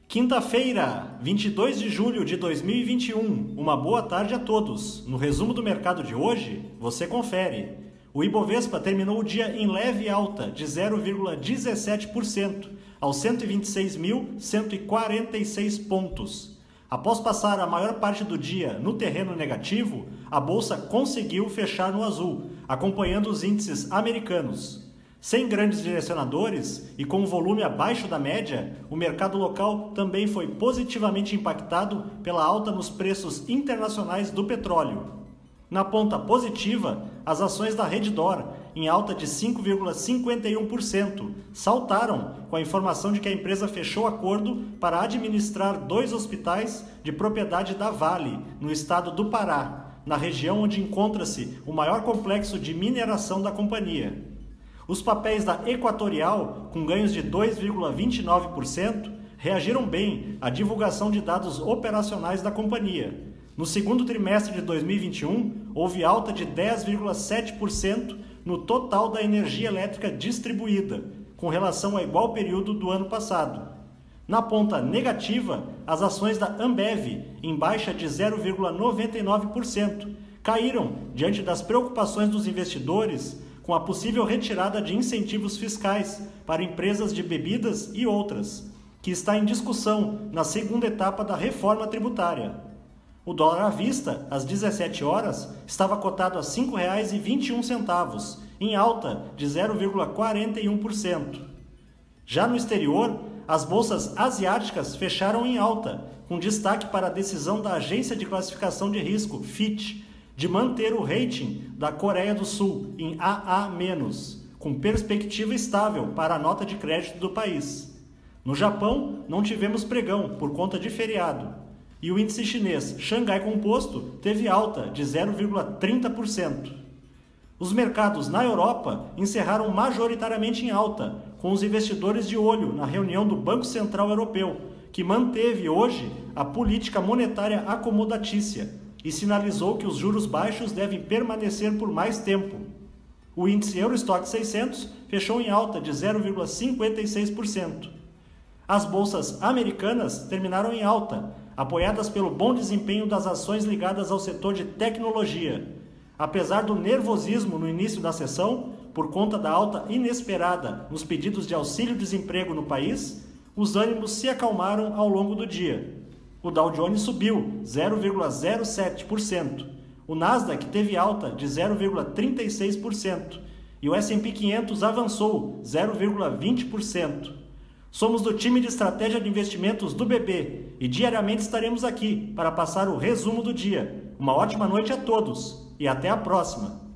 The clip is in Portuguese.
Quinta-feira, 22 de julho de 2021. Uma boa tarde a todos. No resumo do mercado de hoje, você confere. O Ibovespa terminou o dia em leve alta de 0,17% aos 126.146 pontos. Após passar a maior parte do dia no terreno negativo, a bolsa conseguiu fechar no azul, acompanhando os índices americanos. Sem grandes direcionadores e com um volume abaixo da média, o mercado local também foi positivamente impactado pela alta nos preços internacionais do petróleo. Na ponta positiva, as ações da Redditor, em alta de 5,51%, saltaram com a informação de que a empresa fechou acordo para administrar 2 hospitais de propriedade da Vale, no estado do Pará, na região onde encontra-se o maior complexo de mineração da companhia. Os papéis da Equatorial, com ganhos de 2,29%, reagiram bem à divulgação de dados operacionais da companhia. No segundo trimestre de 2021, houve alta de 10,7% no total da energia elétrica distribuída, com relação ao igual período do ano passado. Na ponta negativa, as ações da Ambev, em baixa de 0,99%, caíram diante das preocupações dos investidores com a possível retirada de incentivos fiscais para empresas de bebidas e outras, que está em discussão na segunda etapa da reforma tributária. O dólar à vista, às 17 horas, estava cotado a R$ 5,21, em alta de 0,41%. Já no exterior, as bolsas asiáticas fecharam em alta, com destaque para a decisão da agência de classificação de risco, Fitch, de manter o rating da Coreia do Sul em AA-, com perspectiva estável para a nota de crédito do país. No Japão, não tivemos pregão por conta de feriado, e o índice chinês Xangai Composto teve alta de 0,30%. Os mercados na Europa encerraram majoritariamente em alta, com os investidores de olho na reunião do Banco Central Europeu, que manteve hoje a política monetária acomodatícia e sinalizou que os juros baixos devem permanecer por mais tempo. O índice Eurostoxx 600 fechou em alta de 0,56%. As bolsas americanas terminaram em alta, apoiadas pelo bom desempenho das ações ligadas ao setor de tecnologia. Apesar do nervosismo no início da sessão, por conta da alta inesperada nos pedidos de auxílio-desemprego no país, os ânimos se acalmaram ao longo do dia. O Dow Jones subiu 0,07%, o Nasdaq teve alta de 0,36% e o S&P 500 avançou 0,20%. Somos do time de estratégia de investimentos do BB e diariamente estaremos aqui para passar o resumo do dia. Uma ótima noite a todos e até a próxima!